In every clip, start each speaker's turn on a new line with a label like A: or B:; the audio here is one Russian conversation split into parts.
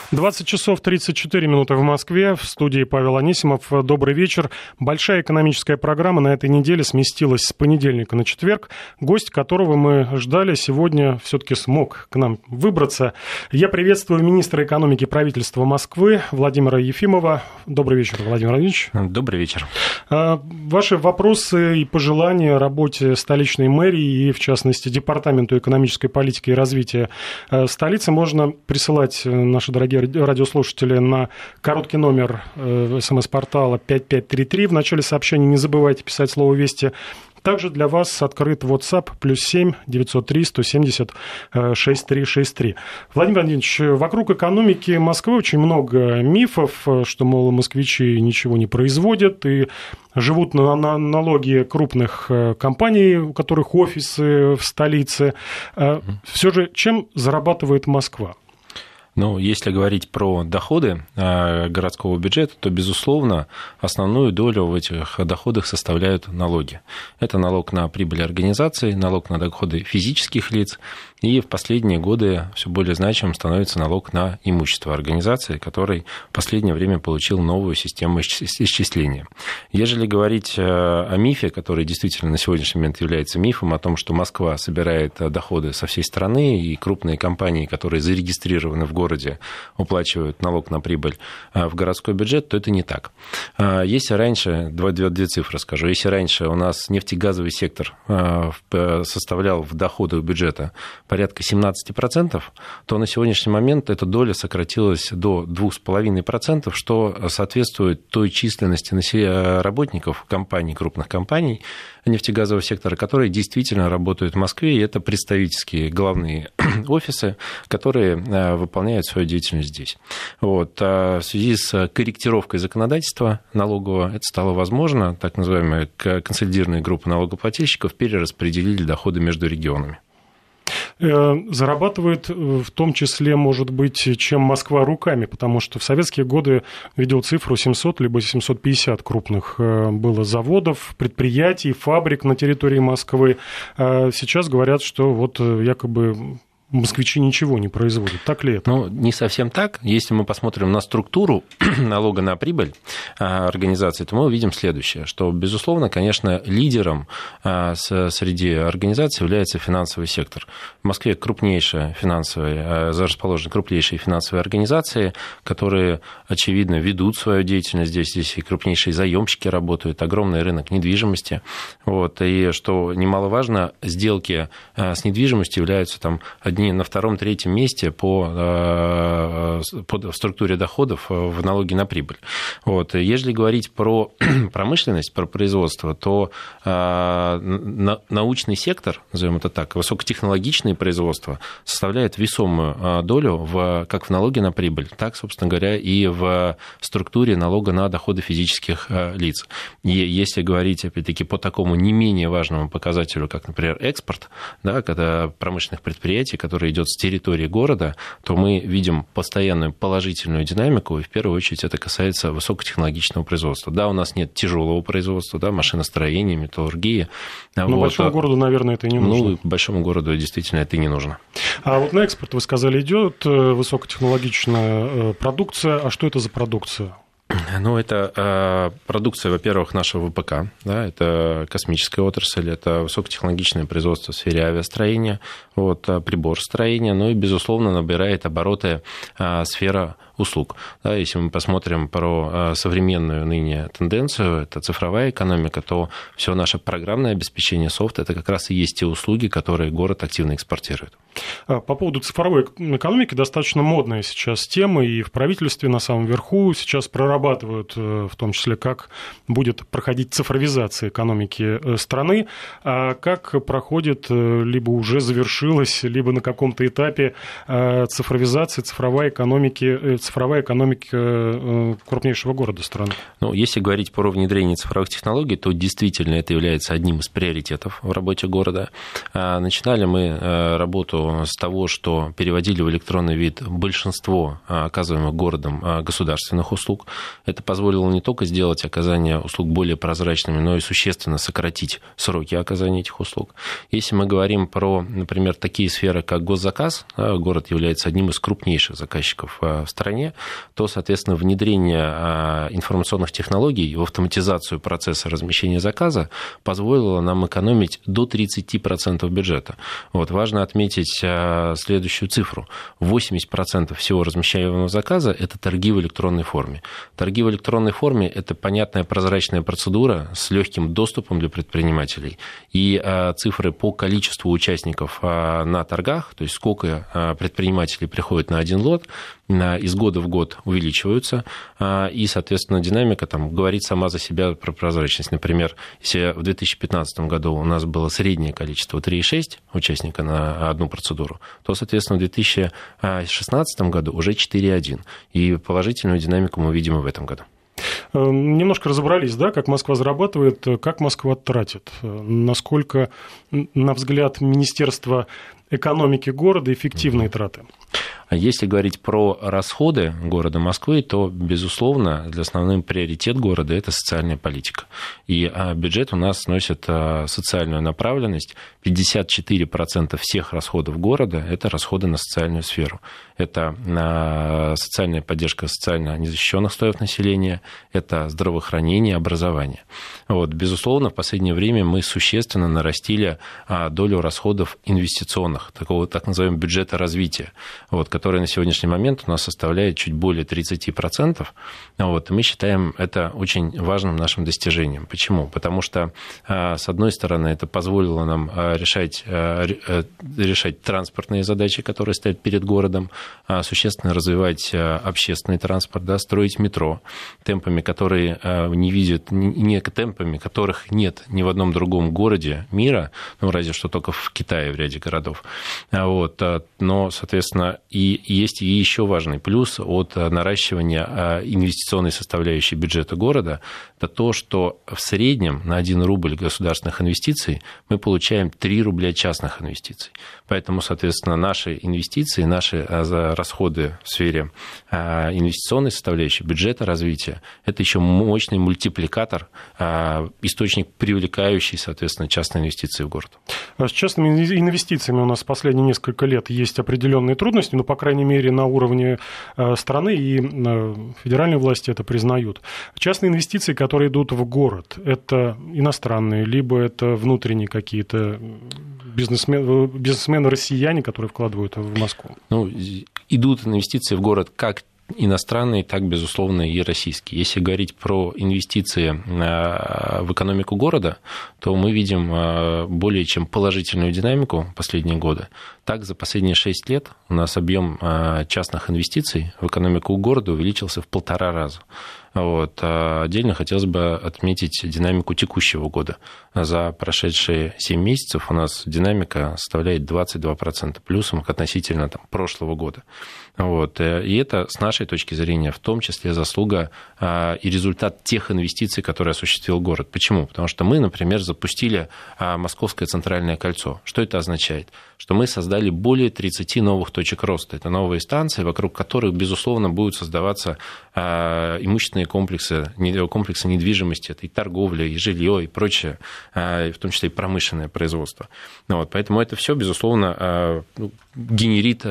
A: 20 часов 34 минуты в Москве. В студии Павел Анисимов. Добрый вечер. Большая экономическая программа на этой неделе сместилась с понедельника на четверг. Гость, которого мы ждали, сегодня все-таки смог к нам выбраться. Я приветствую министра экономики правительства Москвы Владимира Ефимова. Добрый вечер, Владимир Владимирович.
B: Добрый вечер.
A: Ваши вопросы и пожелания работе столичной мэрии и, в частности, Департаменту экономической политики и развития столицы можно присылать, наши дорогие радиослушатели, на короткий номер СМС-портала 5533. В начале сообщения не забывайте писать слово «Вести». Также для вас открыт WhatsApp +7 903 170 6363. Владимир Владимирович, вокруг экономики Москвы очень много мифов, что, мол, москвичи ничего не производят и живут на налоги крупных компаний, у которых офисы в столице. Все же, чем зарабатывает Москва?
B: Ну, если говорить про доходы городского бюджета, то, безусловно, основную долю в этих доходах составляют налоги. Это налог на прибыль организаций, налог на доходы физических лиц, и в последние годы все более значимым становится налог на имущество организации, который в последнее время получил новую систему исчисления. Ежели говорить о мифе, который действительно на сегодняшний момент является мифом, о том, что Москва собирает доходы со всей страны, и крупные компании, которые зарегистрированы в городе, уплачивают налог на прибыль в городской бюджет, то это не так. Если раньше, две цифры скажу, если раньше у нас нефтегазовый сектор составлял в доходах бюджета порядка 17%, то на сегодняшний момент эта доля сократилась до 2,5%, что соответствует той численности работников компаний, крупных компаний нефтегазового сектора, которые действительно работают в Москве, и это представительские главные офисы, которые выполняют свою деятельность здесь. Вот. В связи с корректировкой законодательства налогового это стало возможно, так называемая консолидированная группа налогоплательщиков перераспределили доходы между регионами.
A: Зарабатывает в том числе, может быть, чем Москва руками, потому что в советские годы видел цифру 700 либо 750 крупных было заводов, предприятий, фабрик на территории Москвы. Сейчас говорят, что вот якобы москвичи ничего не производят. Так ли это?
B: Ну, не совсем так. Если мы посмотрим на структуру налога на прибыль организации, то мы увидим следующее, что, безусловно, конечно, лидером среди организаций является финансовый сектор. В Москве расположены крупнейшие финансовые организации, которые, очевидно, ведут свою деятельность здесь. Здесь и крупнейшие заемщики работают, огромный рынок недвижимости. Вот. И, что немаловажно, сделки с недвижимостью являются там на втором-третьем месте по структуре доходов в налоге на прибыль. Вот. Если говорить про промышленность, про производство, то научный сектор, назовем это так, высокотехнологичное производство составляет весомую долю как в налоге на прибыль, так, собственно говоря, и в структуре налога на доходы физических лиц. И если говорить, опять-таки, по такому не менее важному показателю, как, например, экспорт, да, когда промышленных предприятий, который идет с территории города, то мы видим постоянную положительную динамику, и в первую очередь это касается высокотехнологичного производства. Да, у нас нет тяжелого производства, да, машиностроения, металлургии.
A: Но большому городу, наверное, это и не нужно.
B: Ну, большому городу действительно это и не нужно.
A: А вот на экспорт, вы сказали, идет высокотехнологичная продукция. А что это за продукция?
B: Ну, это продукция, во-первых, нашего ВПК, да, это космическая отрасль, это высокотехнологичное производство в сфере авиастроения, вот, приборостроения, ну и, безусловно, набирает обороты сфера услуг. Да, если мы посмотрим про современную ныне тенденцию, это цифровая экономика, то все наше программное обеспечение, софт, это как раз и есть те услуги, которые город активно экспортирует.
A: По поводу цифровой экономики достаточно модная сейчас тема, и в правительстве на самом верху сейчас прорабатывают в том числе, как будет проходить цифровизация экономики страны, а как проходит, либо уже завершилась, либо на каком-то этапе цифровизация, цифровая экономика крупнейшего города страны.
B: Ну, если говорить про внедрение цифровых технологий, то действительно это является одним из приоритетов в работе города. Начинали мы работу с того, что переводили в электронный вид большинство оказываемых городом государственных услуг. Это позволило не только сделать оказание услуг более прозрачными, но и существенно сократить сроки оказания этих услуг. Если мы говорим про, например, такие сферы, как госзаказ, город является одним из крупнейших заказчиков в стране, стране, то, соответственно, внедрение информационных технологий в автоматизацию процесса размещения заказа позволило нам экономить до 30% бюджета. Вот, важно отметить следующую цифру. 80% всего размещаемого заказа – это торги в электронной форме. Торги в электронной форме – это понятная прозрачная процедура с легким доступом для предпринимателей. И цифры по количеству участников на торгах, то есть сколько предпринимателей приходит на один лот, из года в год увеличиваются, и, соответственно, динамика там говорит сама за себя про прозрачность. Например, если в 2015 году у нас было среднее количество 3,6 участника на одну процедуру, то, соответственно, в 2016 году уже 4,1. И положительную динамику мы видим и в этом году.
A: Немножко разобрались, да, как Москва зарабатывает, как Москва тратит. Насколько, на взгляд Министерства экономики города, эффективные траты?
B: Если говорить про расходы города Москвы, то, безусловно, основной приоритет города – это социальная политика. И бюджет у нас носит социальную направленность. 54% всех расходов города – это расходы на социальную сферу. Это социальная поддержка социально незащищенных слоев населения, это здравоохранение, образование. Вот, безусловно, в последнее время мы существенно нарастили долю расходов инвестиционных, такого так называемого бюджета развития, вот, который на сегодняшний момент у нас составляет чуть более 30%. Вот, и мы считаем это очень важным нашим достижением. Почему? Потому что, с одной стороны, это позволило нам решать транспортные задачи, которые стоят перед городом, существенно развивать общественный транспорт, да, строить метро темпами, которые не видят, не темпами, которых нет ни в одном другом городе мира, ну, разве что только в Китае в ряде городов. Вот. Но, соответственно, и есть и еще важный плюс от наращивания инвестиционной составляющей бюджета города, это то, что в среднем на 1 рубль государственных инвестиций мы получаем 3 рубля частных инвестиций. Поэтому, соответственно, наши инвестиции, наши расходы в сфере инвестиционной составляющей, бюджета развития, это еще мощный мультипликатор, источник привлекающий, соответственно, частные инвестиции в город.
A: С частными инвестициями у нас в последние несколько лет есть определенные трудности, но, по крайней мере, на уровне страны и федеральные власти это признают. Частные инвестиции, которые идут в город, это иностранные, либо это внутренние какие-то бизнесмены-россияне, которые вкладывают в Москву?
B: Ну, идут инвестиции в город как иностранные, так, безусловно, и российские. Если говорить про инвестиции в экономику города, то мы видим более чем положительную динамику в последние годы. Так, за последние 6 лет у нас объем частных инвестиций в экономику города увеличился в 1,5 раза. Вот. Отдельно хотелось бы отметить динамику текущего года. За прошедшие 7 месяцев у нас динамика составляет 22% плюсом относительно прошлого года. Вот. И это, с нашей точки зрения, в том числе заслуга и результат тех инвестиций, которые осуществил город. Почему? Потому что мы, например, запустили Московское центральное кольцо. Что это означает? Что мы создали более 30 новых точек роста. Это новые станции, вокруг которых, безусловно, будут создаваться имущественные комплексы недвижимости, это и торговля, и жилье, и прочее, в том числе и промышленное производство. Вот, поэтому это все, безусловно, генерит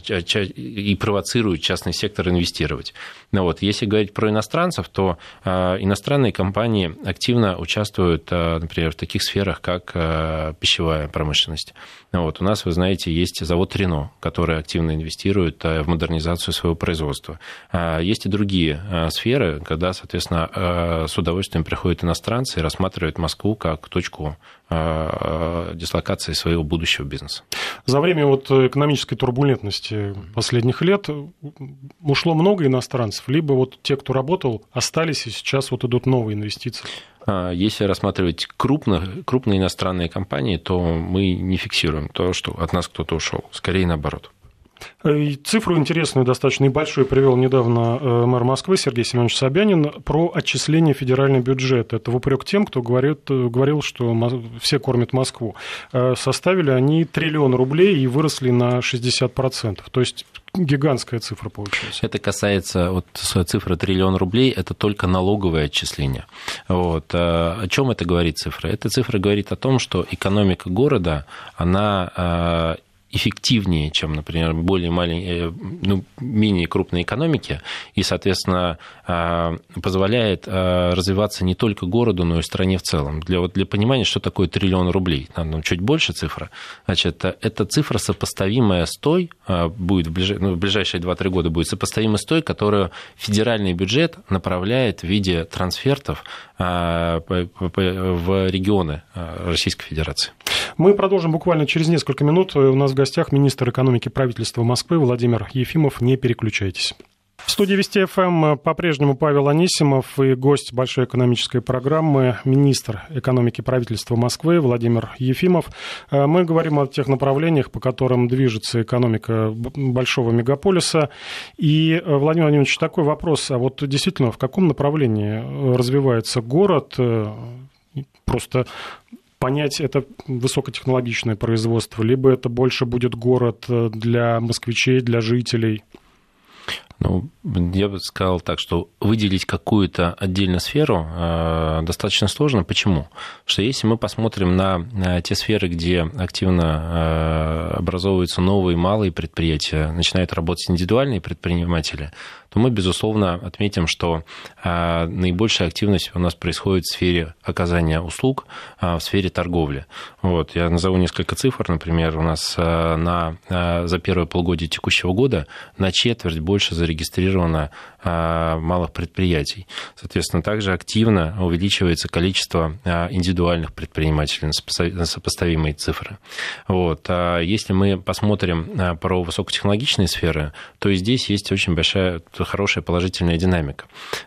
B: и провоцирует частный сектор инвестировать. Вот, если говорить про иностранцев, то иностранные компании активно участвуют, например, в таких сферах, как пищевая промышленность. Вот, у нас, вы знаете, есть завод Рено, который активно инвестирует в модернизацию своего производства. Есть и другие сферы, когда, соответственно, с удовольствием приходят иностранцы и рассматривают Москву как точку дислокации своего будущего бизнеса.
A: За время экономической турбулентности последних лет ушло много иностранцев, либо те, кто работал, остались, и сейчас идут новые инвестиции?
B: Если рассматривать крупные иностранные компании, то мы не фиксируем то, что от нас кто-то ушел. Скорее наоборот.
A: И цифру интересную, достаточно небольшую, привел недавно мэр Москвы Сергей Семенович Собянин про отчисление в федеральный бюджет. Это в упрек тем, кто говорил, что все кормят Москву. Составили они 1 триллион рублей и выросли на 60%. То есть гигантская цифра получилась.
B: Это касается цифры 1 триллион рублей, это только налоговое отчисление. Вот. О чем это говорит цифра? Эта цифра говорит о том, что экономика города, она эффективнее, чем, например, более маленькие, менее крупные экономики, и, соответственно, позволяет развиваться не только городу, но и стране в целом. Для понимания, что такое 1 триллион рублей, там чуть больше цифра, значит, эта цифра сопоставимая с той, будет в ближайшие 2-3 года будет сопоставима с той, которую федеральный бюджет направляет в виде трансфертов в регионы Российской Федерации.
A: Мы продолжим буквально через несколько минут. У нас в гостях министр экономики правительства Москвы Владимир Ефимов. Не переключайтесь. В студии Вести ФМ по-прежнему Павел Анисимов и гость большой экономической программы, министр экономики правительства Москвы Владимир Ефимов. Мы говорим о тех направлениях, по которым движется экономика большого мегаполиса. И, Владимир Владимирович, такой вопрос. А вот действительно, в каком направлении развивается город? Просто понять, это высокотехнологичное производство, либо это больше будет город для москвичей, для жителей?
B: Я бы сказал так, что выделить какую-то отдельную сферу достаточно сложно. Почему? Потому что если мы посмотрим на те сферы, где активно образовываются новые малые предприятия, начинают работать индивидуальные предприниматели, то мы, безусловно, отметим, что наибольшая активность у нас происходит в сфере оказания услуг, в сфере торговли. Я назову несколько цифр. Например, у нас за первое полугодие текущего года на четверть больше зарегистрировано малых предприятий. Соответственно, также активно увеличивается количество индивидуальных предпринимателей на сопоставимые цифры. Если мы посмотрим про высокотехнологичные сферы, то и здесь есть очень хорошая положительная динамика.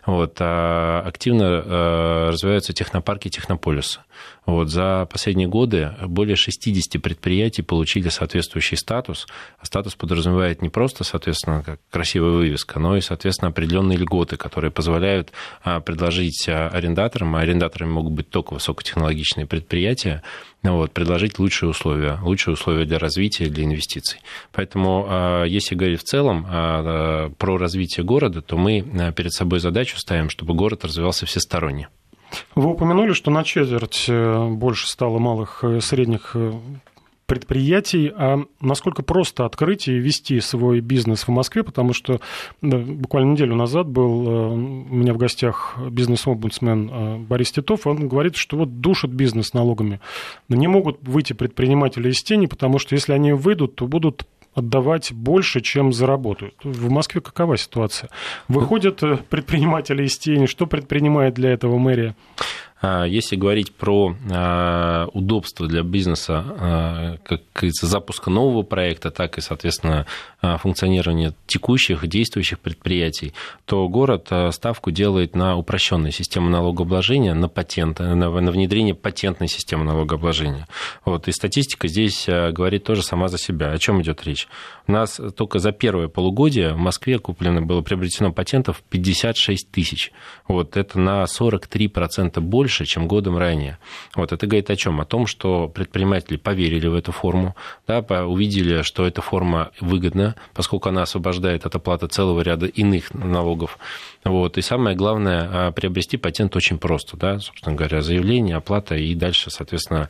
B: Активно развиваются технопарки, технополисы. За последние годы более 60 предприятий получили соответствующий статус. Статус подразумевает не просто, соответственно, как красивая вывеска, но и, соответственно, определенные льготы, которые позволяют предложить арендаторам, а арендаторами могут быть только высокотехнологичные предприятия, предложить лучшие условия для развития, для инвестиций. Поэтому, если говорить в целом про развитие города, то мы перед собой задачу ставим, чтобы город развивался всесторонне.
A: Вы упомянули, что на четверть больше стало малых и средних предприятий. А насколько просто открыть и вести свой бизнес в Москве? Потому что буквально неделю назад был у меня в гостях бизнес-омбудсмен Борис Титов. Он говорит, что душат бизнес налогами. Не могут выйти предприниматели из тени, потому что если они выйдут, то будут отдавать больше, чем заработают. В Москве какова ситуация? Выходят предприниматели из тени? Что предпринимает для этого мэрия?
B: Если говорить про удобство для бизнеса, как говорится, запуска нового проекта, так и, соответственно, функционирование текущих, действующих предприятий, то город ставку делает на упрощенную систему налогообложения, на внедрение патентной системы налогообложения. И статистика здесь говорит тоже сама за себя. О чем идет речь? У нас только за первое полугодие в Москве было приобретено патентов 56 тысяч. Это на 43% больше, чем годом ранее. Это говорит о чем? О том, что предприниматели поверили в эту форму, увидели, что эта форма выгодна, поскольку она освобождает от оплаты целого ряда иных налогов. И самое главное, приобрести патент очень просто. Собственно говоря, заявление, оплата и дальше, соответственно,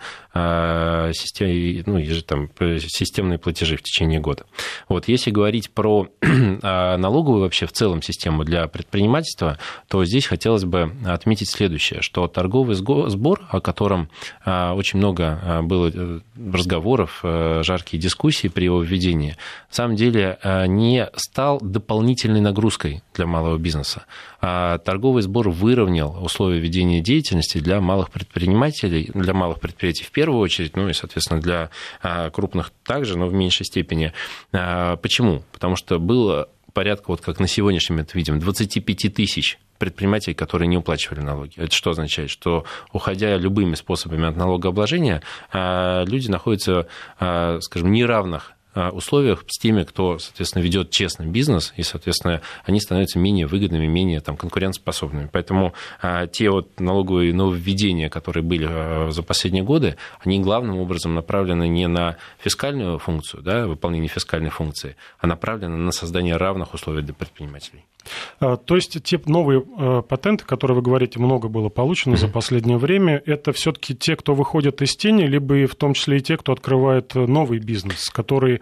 B: системные платежи в течение года. Если говорить про налоговую вообще в целом систему для предпринимательства, то здесь хотелось бы отметить следующее, что торговый сбор, о котором очень много было разговоров, жаркие дискуссии при его введении, на самом деле не стал дополнительной нагрузкой для малого бизнеса. Торговый сбор выровнял условия ведения деятельности для малых предпринимателей, для малых предприятий в первую очередь, и, соответственно, для крупных также, но в меньшей степени. Почему? Потому что было порядка, как на сегодняшний момент видим, 25 тысяч предпринимателей, которые не уплачивали налоги. Это что означает? Что, уходя любыми способами от налогообложения, люди находятся, скажем, в неравных условиях с теми, кто, соответственно, ведет честный бизнес, и, соответственно, они становятся менее выгодными, менее конкурентоспособными. Поэтому те налоговые нововведения, которые были за последние годы, они главным образом направлены не на фискальную функцию, выполнение фискальной функции, а направлены на создание равных условий для предпринимателей.
A: То есть те новые патенты, которые вы говорите, много было получено за последнее время, это все-таки те, кто выходит из тени, либо и в том числе и те, кто открывает новый бизнес, который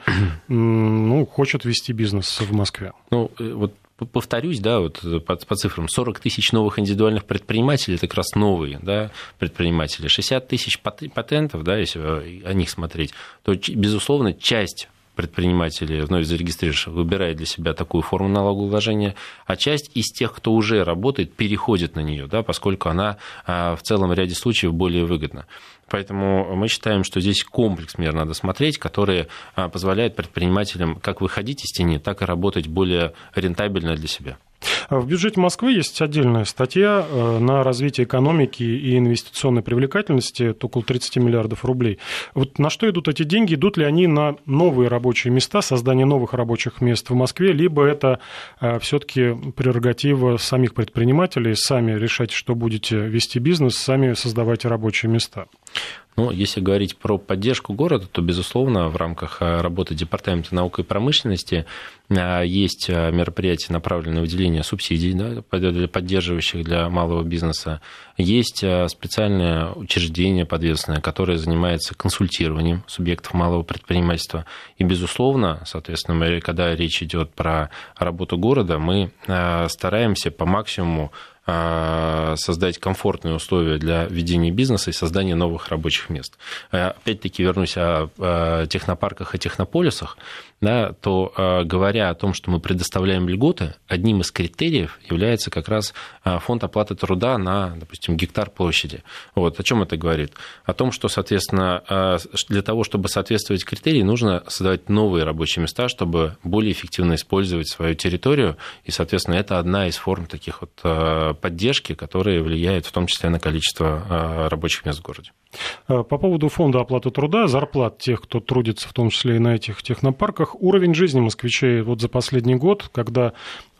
A: хочет вести бизнес в Москве?
B: Вот повторюсь, да, вот по цифрам, 40 тысяч новых индивидуальных предпринимателей, это как раз новые, да, предприниматели, 60 тысяч патентов, да, если о них смотреть, то, безусловно, часть предпринимателей, вновь зарегистрировавших, выбирает для себя такую форму налогообложения, а часть из тех, кто уже работает, переходит на нее, да, поскольку она в целом ряде случаев более выгодна. Поэтому мы считаем, что здесь комплекс мер надо смотреть, который позволяет предпринимателям как выходить из тени, так и работать более рентабельно для себя.
A: В бюджете Москвы есть отдельная статья на развитие экономики и инвестиционной привлекательности, это около 30 миллиардов рублей. Вот на что идут эти деньги? Идут ли они на новые рабочие места, создание новых рабочих мест в Москве, либо это все-таки прерогатива самих предпринимателей, сами решайте, что будете вести бизнес, сами создавайте рабочие места?
B: Если говорить про поддержку города, то, безусловно, в рамках работы Департамента науки и промышленности есть мероприятия, направленные на выделение субсидий, да, поддерживающих для малого бизнеса. Есть специальное учреждение подведомственное, которое занимается консультированием субъектов малого предпринимательства. И, безусловно, соответственно, когда речь идет про работу города, мы стараемся по максимуму создать комфортные условия для ведения бизнеса и создания новых рабочих мест. Опять-таки вернусь о технопарках и технополисах, да, то говоря о том, что мы предоставляем льготы, одним из критериев является как раз фонд оплаты труда на, допустим, гектар площади. Вот. О чем это говорит? О том, что, соответственно, для того, чтобы соответствовать критериям, нужно создавать новые рабочие места, чтобы более эффективно использовать свою территорию. И, соответственно, это одна из форм таких вот поддержки, которые влияют в том числе на количество рабочих мест в городе.
A: По поводу фонда оплаты труда, зарплат тех, кто трудится, в том числе и на этих технопарках, уровень жизни москвичей вот за последний год, когда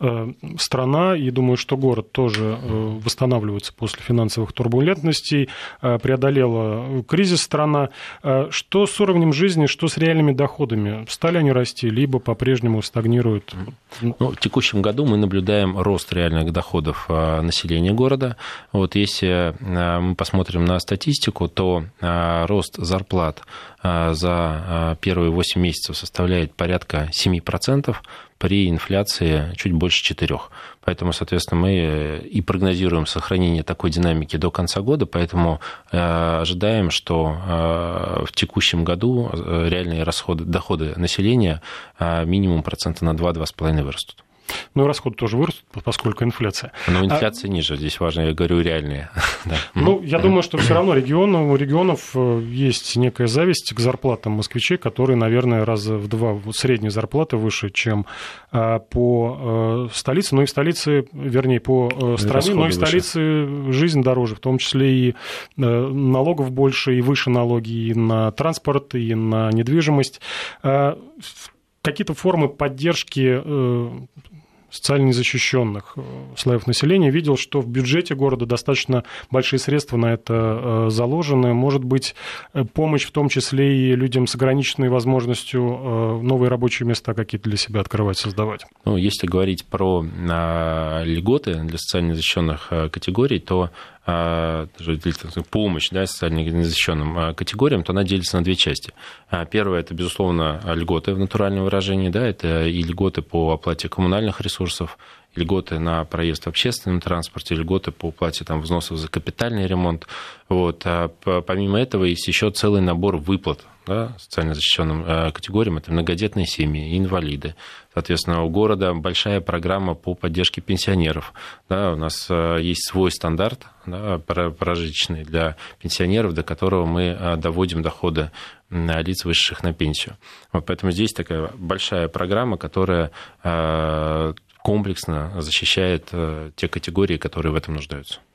A: страна, и думаю, что город тоже восстанавливается после финансовых турбулентностей, преодолела кризис страна, что с уровнем жизни, что с реальными доходами? Стали они расти, либо по-прежнему стагнируют?
B: В текущем году мы наблюдаем рост реальных доходов населения города. Вот если мы посмотрим на статистику, то рост зарплат за первые 8 месяцев составляет порядка 7%, при инфляции чуть больше 4%. Поэтому, соответственно, мы и прогнозируем сохранение такой динамики до конца года, поэтому ожидаем, что в текущем году реальные доходы населения минимум 2-2,5% вырастут.
A: Ну и расходы тоже вырастут, поскольку инфляция.
B: Но инфляция ниже, здесь важно, я говорю, реальные. Да.
A: Я думаю, что все равно у регионов есть некая зависть к зарплатам москвичей, которые, наверное, раза в 2 средние зарплаты выше, чем по столице. И в столице, вернее, по стране, но и в столице жизнь дороже, в том числе и налогов больше, и выше налоги и на транспорт, и на недвижимость. Какие-то формы поддержки социально незащищенных слоев населения. Видел, что в бюджете города достаточно большие средства на это заложены. Может быть, помощь в том числе и людям с ограниченной возможностью новые рабочие места какие-то для себя открывать, создавать?
B: Если говорить про льготы для социально незащищенных категорий, то помощь, да, социально незащищенным категориям, то она делится на 2 части. Первое – это, безусловно, льготы в натуральном выражении, да, это и льготы по оплате коммунальных ресурсов, льготы на проезд в общественном транспорте, льготы по уплате взносов за капитальный ремонт. Вот. Помимо этого есть еще целый набор выплат, да, социально защищенным категориям. Это многодетные семьи, инвалиды. Соответственно, у города большая программа по поддержке пенсионеров. Да, у нас есть свой стандарт, да, прожиточный для пенсионеров, до которого мы доводим доходы лиц, вышедших на пенсию. Вот поэтому здесь такая большая программа, которая комплексно защищает те категории, которые в этом нуждаются.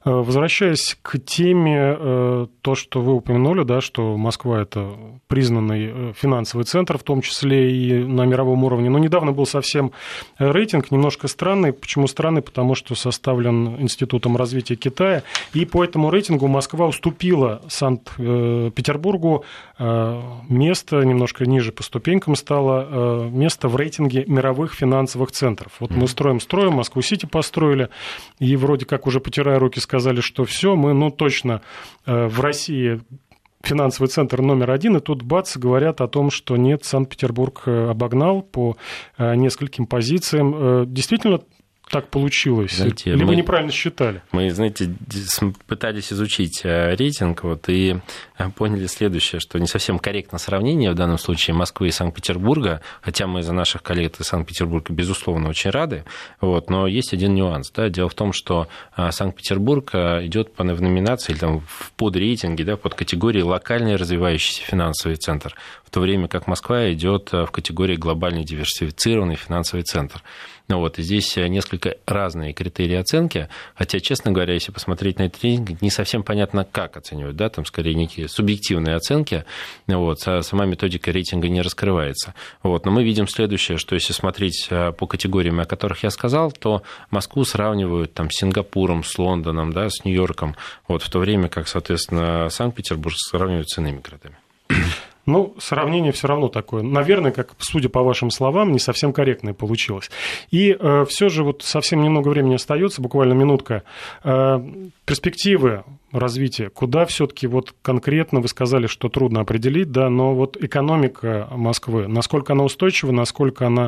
A: Возвращаясь к теме, то, что вы упомянули, да, что Москва – это признанный финансовый центр, в том числе и на мировом уровне. Но недавно был совсем рейтинг, немножко странный. Почему странный? Потому что составлен Институтом развития Китая, и по этому рейтингу Москва уступила Санкт-Петербургу место, немножко ниже по ступенькам стало, место в рейтинге мировых финансовых центров. Вот мы строим, Москву-Сити построили, и вроде как уже потирая руки сказали, что все, мы, точно в России финансовый центр номер один, и тут бац, говорят о том, что нет, Санкт-Петербург обогнал по нескольким позициям. Действительно так получилось?
B: Знаете,
A: или вы неправильно считали?
B: Мы, пытались изучить рейтинг, и поняли следующее, что не совсем корректно сравнение в данном случае Москвы и Санкт-Петербурга, хотя мы за наших коллег из Санкт-Петербурга, безусловно, очень рады, но есть один нюанс. Да? Дело в том, что Санкт-Петербург идет в номинации, или в подрейтинге, под категорией локальный развивающийся финансовый центр, в то время как Москва идет в категории глобальный диверсифицированный финансовый центр. И здесь несколько разные критерии оценки, хотя, честно говоря, если посмотреть на этот рейтинг, не совсем понятно, как оценивать, да, там скорее некие субъективные оценки, сама методика рейтинга не раскрывается. Но мы видим следующее, что если смотреть по категориям, о которых я сказал, то Москву сравнивают с Сингапуром, с Лондоном, да, с Нью-Йорком, в то время как, соответственно, Санкт-Петербург сравнивают с иными городами.
A: Сравнение все равно такое. Наверное, как, судя по вашим словам, не совсем корректное получилось. И все же совсем немного времени остается, буквально минутка. Перспективы развития, куда все-таки конкретно вы сказали, что трудно определить, да, но экономика Москвы, насколько она устойчива, насколько она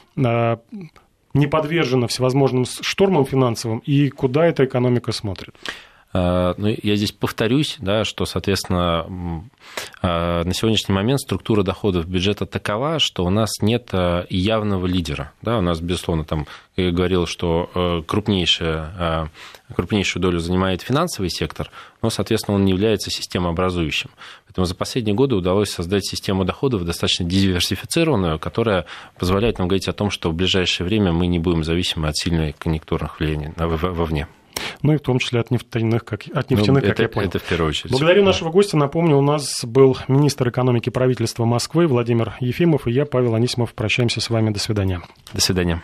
A: не подвержена всевозможным штормам финансовым, и куда эта экономика смотрит?
B: Я здесь повторюсь, да, что, соответственно, на сегодняшний момент структура доходов бюджета такова, что у нас нет явного лидера. Да, у нас, безусловно, я говорил, что крупнейшую долю занимает финансовый сектор, но, соответственно, он не является системообразующим. Поэтому за последние годы удалось создать систему доходов достаточно диверсифицированную, которая позволяет нам говорить о том, что в ближайшее время мы не будем зависимы от сильных конъюнктурных влияний вовне.
A: И в том числе от нефтяных, как я понял.
B: Это в первую очередь.
A: Благодарю нашего гостя. Напомню, у нас был министр экономики правительства Москвы Владимир Ефимов, и я, Павел Анисимов. Прощаемся с вами. До свидания.
B: До свидания.